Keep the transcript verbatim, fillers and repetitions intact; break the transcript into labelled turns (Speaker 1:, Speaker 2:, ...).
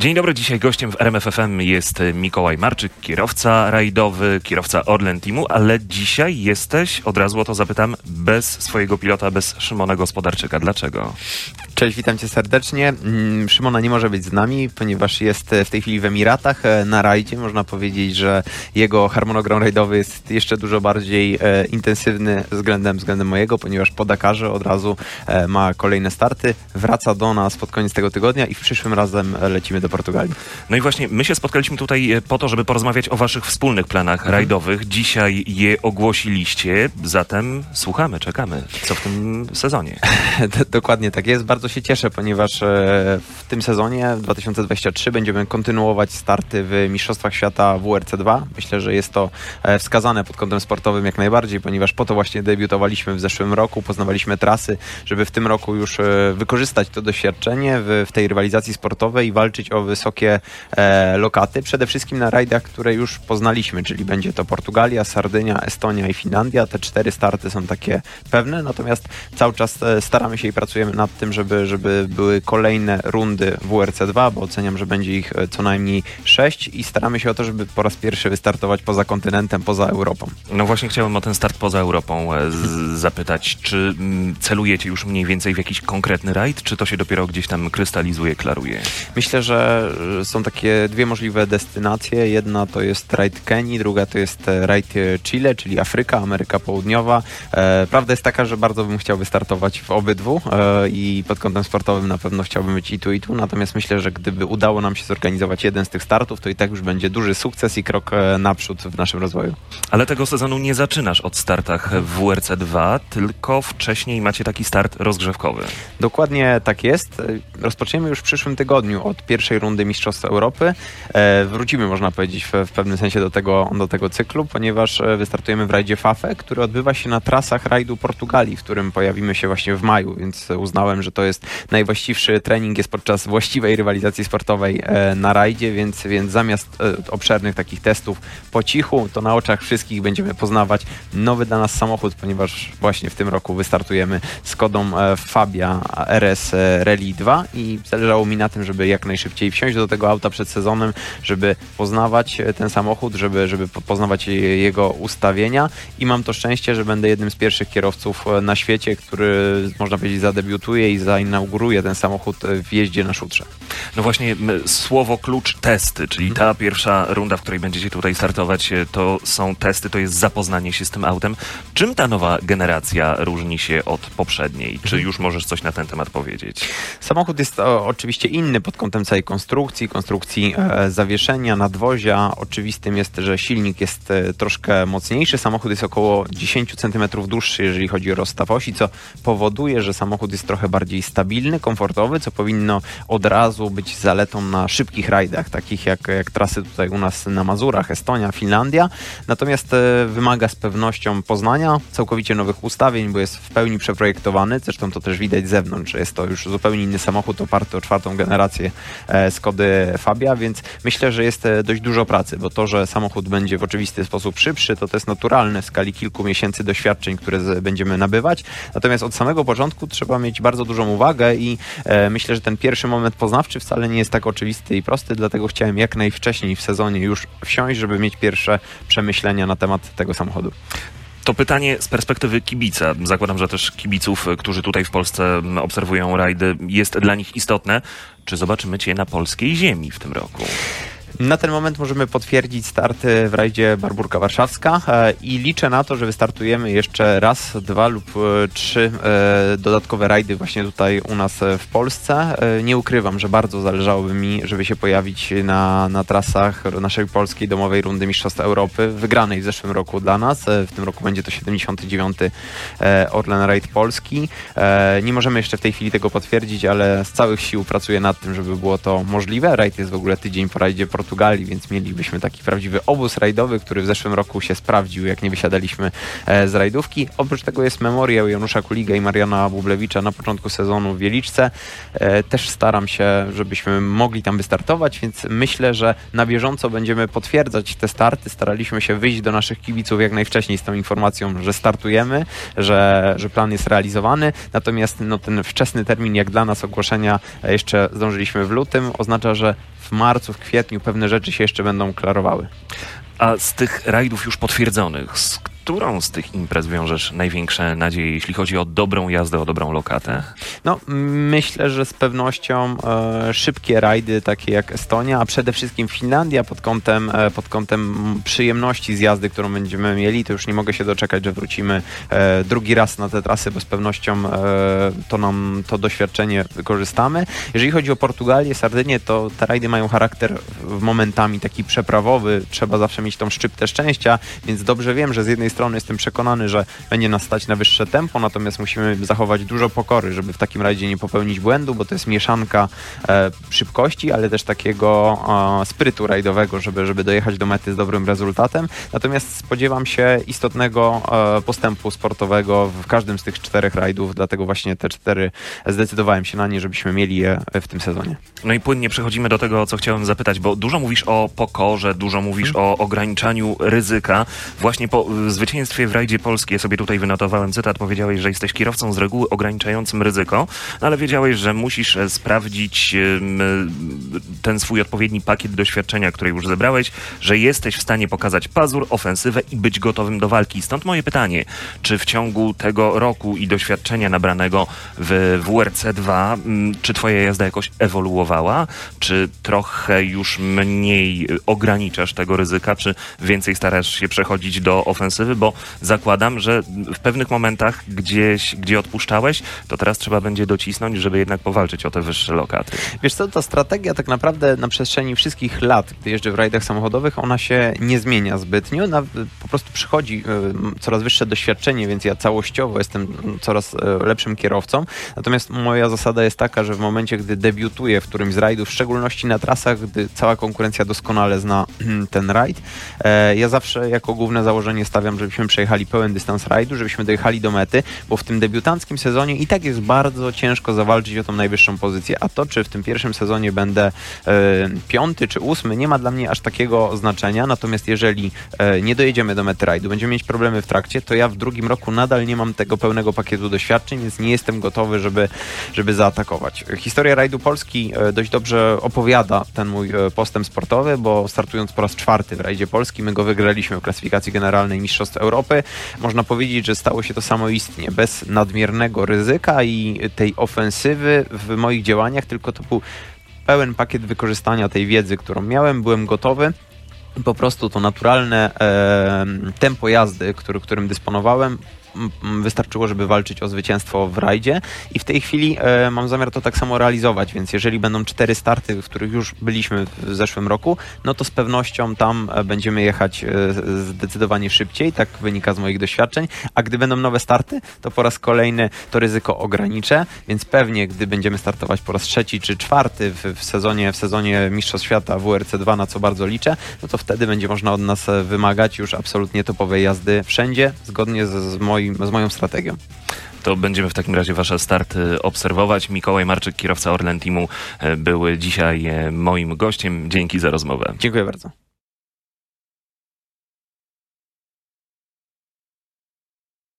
Speaker 1: Dzień dobry, dzisiaj gościem w R M F F M jest Mikołaj Marczyk, kierowca rajdowy, kierowca Orlen Teamu, ale dzisiaj jesteś, od razu o to zapytam, bez swojego pilota, bez Szymona Gospodarczyka. Dlaczego?
Speaker 2: Cześć, witam cię serdecznie. Szymona nie może być z nami, ponieważ jest w tej chwili w Emiratach na rajdzie. Można powiedzieć, że jego harmonogram rajdowy jest jeszcze dużo bardziej e, intensywny względem, względem mojego, ponieważ po Dakarze od razu e, ma kolejne starty. Wraca do nas pod koniec tego tygodnia i w przyszłym razem lecimy do Portugalii.
Speaker 1: No i właśnie my się spotkaliśmy tutaj po to, żeby porozmawiać o waszych wspólnych planach mhm. rajdowych. Dzisiaj je ogłosiliście, zatem słuchamy, czekamy, co w tym sezonie.
Speaker 2: Dokładnie tak jest. Bardzo się cieszę, ponieważ w tym sezonie dwa tysiące dwudziestym trzecim będziemy kontynuować starty w Mistrzostwach Świata W R C dwa. Myślę, że jest to wskazane pod kątem sportowym jak najbardziej, ponieważ po to właśnie debiutowaliśmy w zeszłym roku, poznawaliśmy trasy, żeby w tym roku już wykorzystać to doświadczenie w, w tej rywalizacji sportowej i walczyć o wysokie e, lokaty. Przede wszystkim na rajdach, które już poznaliśmy, czyli będzie to Portugalia, Sardynia, Estonia i Finlandia. Te cztery starty są takie pewne, natomiast cały czas staramy się i pracujemy nad tym, żeby, żeby były kolejne rundy W R C dwa, bo oceniam, że będzie ich co najmniej sześć i staramy się o to, żeby po raz pierwszy wystartować poza kontynentem, poza Europą.
Speaker 1: No właśnie chciałem o ten start poza Europą z- zapytać. Czy m, celujecie już mniej więcej w jakiś konkretny rajd, czy to się dopiero gdzieś tam krystalizuje, klaruje?
Speaker 2: Myślę, że są takie dwie możliwe destynacje. Jedna to jest rajd Kenii, druga to jest rajd Chile, czyli Afryka, Ameryka Południowa. E, prawda jest taka, że bardzo bym chciał wystartować w obydwu e, i pod kątem sportowym na pewno chciałbym być i tu, i tu. Natomiast myślę, że gdyby udało nam się zorganizować jeden z tych startów, to i tak już będzie duży sukces i krok naprzód w naszym rozwoju.
Speaker 1: Ale tego sezonu nie zaczynasz od startach w W R C dwa, tylko wcześniej macie taki start rozgrzewkowy.
Speaker 2: Dokładnie tak jest. Rozpoczniemy już w przyszłym tygodniu od pierwszej rundy Mistrzostw Europy. E, wrócimy, można powiedzieć, w, w pewnym sensie do tego, do tego cyklu, ponieważ wystartujemy w rajdzie Fafe, który odbywa się na trasach rajdu Portugalii, w którym pojawimy się właśnie w maju, więc uznałem, że to jest najwłaściwszy trening jest podczas właściwej rywalizacji sportowej e, na rajdzie, więc, więc zamiast e, obszernych takich testów po cichu, to na oczach wszystkich będziemy poznawać nowy dla nas samochód, ponieważ właśnie w tym roku wystartujemy Skodą e, Fabia R S Rally dwa i zależało mi na tym, żeby jak najszybciej wsiąść do tego auta przed sezonem, żeby poznawać ten samochód, żeby, żeby poznawać jego ustawienia i mam to szczęście, że będę jednym z pierwszych kierowców na świecie, który, można powiedzieć, zadebiutuje i zainauguruje ten samochód w jeździe na szutrze.
Speaker 1: No właśnie słowo klucz testy, czyli ta pierwsza runda, w której będziecie tutaj startować, to są testy, to jest zapoznanie się z tym autem. Czym ta nowa generacja różni się od poprzedniej? Czy już możesz coś na ten temat powiedzieć?
Speaker 2: Samochód jest o, oczywiście inny pod kątem całej konstrukcji, konstrukcji e, zawieszenia, nadwozia. Oczywistym jest, że silnik jest e, troszkę mocniejszy. Samochód jest około dziesięć centymetrów dłuższy, jeżeli chodzi o rozstaw osi, co powoduje, że samochód jest trochę bardziej stabilny, komfortowy, co powinno od razu być zaletą na szybkich rajdach, takich jak, jak trasy tutaj u nas na Mazurach, Estonia, Finlandia. Natomiast e, wymaga z pewnością poznania całkowicie nowych ustawień, bo jest w pełni przeprojektowany. Zresztą to też widać z zewnątrz, że jest to już zupełnie inny samochód oparty o czwartą generację e, Skody Fabia, więc myślę, że jest e, dość dużo pracy, bo to, że samochód będzie w oczywisty sposób szybszy, to to jest naturalne w skali kilku miesięcy doświadczeń, które z, będziemy nabywać. Natomiast od samego początku trzeba mieć bardzo dużą uwagę i e, myślę, że ten pierwszy moment poznawczy wcale nie jest tak oczywisty i prosty, dlatego chciałem jak najwcześniej w sezonie już wsiąść, żeby mieć pierwsze przemyślenia na temat tego samochodu.
Speaker 1: To pytanie z perspektywy kibica. Zakładam, że też kibiców, którzy tutaj w Polsce obserwują rajdy, jest dla nich istotne. Czy zobaczymy Cię na polskiej ziemi w tym roku?
Speaker 2: Na ten moment możemy potwierdzić starty w rajdzie Barburka Warszawska i liczę na to, że wystartujemy jeszcze raz, dwa lub trzy dodatkowe rajdy właśnie tutaj u nas w Polsce. Nie ukrywam, że bardzo zależałoby mi, żeby się pojawić na, na trasach naszej polskiej domowej rundy Mistrzostw Europy, wygranej w zeszłym roku dla nas. W tym roku będzie to siedemdziesiąty dziewiąty Orlen Raid Polski. Nie możemy jeszcze w tej chwili tego potwierdzić, ale z całych sił pracuję nad tym, żeby było to możliwe. Rajd jest w ogóle tydzień po rajdzie Portugalii, więc mielibyśmy taki prawdziwy obóz rajdowy, który w zeszłym roku się sprawdził, jak nie wysiadaliśmy z rajdówki. Oprócz tego jest memoriał Janusza Kuliga i Mariana Bublewicza na początku sezonu w Wieliczce. Też staram się, żebyśmy mogli tam wystartować, więc myślę, że na bieżąco będziemy potwierdzać te starty. Staraliśmy się wyjść do naszych kibiców jak najwcześniej z tą informacją, że startujemy, że, że plan jest realizowany. Natomiast no, ten wczesny termin, jak dla nas ogłoszenia jeszcze zdążyliśmy w lutym, oznacza, że w marcu, w kwietniu pewne rzeczy się jeszcze będą klarowały.
Speaker 1: A z tych rajdów już potwierdzonych, z którą z tych imprez wiążesz największe nadzieje, jeśli chodzi o dobrą jazdę, o dobrą lokatę?
Speaker 2: No, myślę, że z pewnością e, szybkie rajdy, takie jak Estonia, a przede wszystkim Finlandia pod kątem, e, pod kątem przyjemności z jazdy, którą będziemy mieli. To już nie mogę się doczekać, że wrócimy e, drugi raz na te trasy, bo z pewnością e, to nam to doświadczenie wykorzystamy. Jeżeli chodzi o Portugalię, Sardynię, to te rajdy mają charakter momentami taki przeprawowy. Trzeba zawsze mieć tą szczyptę szczęścia, więc dobrze wiem, że z jednej strony jestem przekonany, że będzie nas stać na wyższe tempo, natomiast musimy zachować dużo pokory, żeby w takim rajdzie nie popełnić błędu, bo to jest mieszanka e, szybkości, ale też takiego e, sprytu rajdowego, żeby, żeby dojechać do mety z dobrym rezultatem. Natomiast spodziewam się istotnego e, postępu sportowego w każdym z tych czterech rajdów, dlatego właśnie te cztery zdecydowałem się na nie, żebyśmy mieli je w tym sezonie.
Speaker 1: No i płynnie przechodzimy do tego, o co chciałem zapytać, bo dużo mówisz o pokorze, dużo mówisz hmm. o ograniczaniu ryzyka. Właśnie po zwycięstwie w rajdzie Polski, ja sobie tutaj wynotowałem cytat, powiedziałeś, że jesteś kierowcą z reguły ograniczającym ryzyko, no ale wiedziałeś, że musisz sprawdzić ten swój odpowiedni pakiet doświadczenia, który już zebrałeś, że jesteś w stanie pokazać pazur, ofensywę i być gotowym do walki. Stąd moje pytanie, czy w ciągu tego roku i doświadczenia nabranego w W R C dwa, czy twoja jazda jakoś ewoluowała? Czy trochę już mniej ograniczasz tego ryzyka, czy więcej starasz się przechodzić do ofensywy? Bo zakładam, że w pewnych momentach gdzieś, gdzie odpuszczałeś, to teraz trzeba będzie docisnąć, żeby jednak powalczyć o te wyższe lokaty.
Speaker 2: Wiesz co, ta strategia tak naprawdę na przestrzeni wszystkich lat, gdy jeżdżę w rajdach samochodowych, ona się nie zmienia zbytnio. Na, po prostu przychodzi y, coraz wyższe doświadczenie, więc ja całościowo jestem coraz y, lepszym kierowcą. Natomiast moja zasada jest taka, że w momencie, gdy debiutuję w którymś z rajdów, w szczególności na trasach, gdy cała konkurencja doskonale zna ten rajd, y, ja zawsze jako główne założenie stawiam, żebyśmy przejechali pełen dystans rajdu, żebyśmy dojechali do mety, bo w tym debiutanckim sezonie i tak jest bardzo ciężko zawalczyć o tą najwyższą pozycję, a to, czy w tym pierwszym sezonie będę e, piąty czy ósmy, nie ma dla mnie aż takiego znaczenia, natomiast jeżeli e, nie dojedziemy do mety rajdu, będziemy mieć problemy w trakcie, to ja w drugim roku nadal nie mam tego pełnego pakietu doświadczeń, więc nie jestem gotowy, żeby, żeby zaatakować. Historia rajdu Polski e, dość dobrze opowiada ten mój e, postęp sportowy, bo startując po raz czwarty w rajdzie Polski, my go wygraliśmy w klasyfikacji generalnej Mistrzostw Europy. Można powiedzieć, że stało się to samoistnie, bez nadmiernego ryzyka i tej ofensywy w moich działaniach, tylko to był pełen pakiet wykorzystania tej wiedzy, którą miałem, byłem gotowy. Po prostu to naturalne e, tempo jazdy, który, którym dysponowałem, wystarczyło, żeby walczyć o zwycięstwo w rajdzie i w tej chwili e, mam zamiar to tak samo realizować, więc jeżeli będą cztery starty, w których już byliśmy w zeszłym roku, no to z pewnością tam będziemy jechać e, zdecydowanie szybciej, tak wynika z moich doświadczeń, a gdy będą nowe starty, to po raz kolejny to ryzyko ograniczę, więc pewnie gdy będziemy startować po raz trzeci czy czwarty w, w sezonie, w sezonie Mistrzostw Świata W R C dwa, na co bardzo liczę, no to wtedy będzie można od nas wymagać już absolutnie topowej jazdy wszędzie, zgodnie z, z moim z moją strategią.
Speaker 1: To będziemy w takim razie wasze starty obserwować. Mikołaj Marczyk, kierowca Orlen Teamu, był dzisiaj moim gościem. Dzięki za rozmowę.
Speaker 2: Dziękuję bardzo.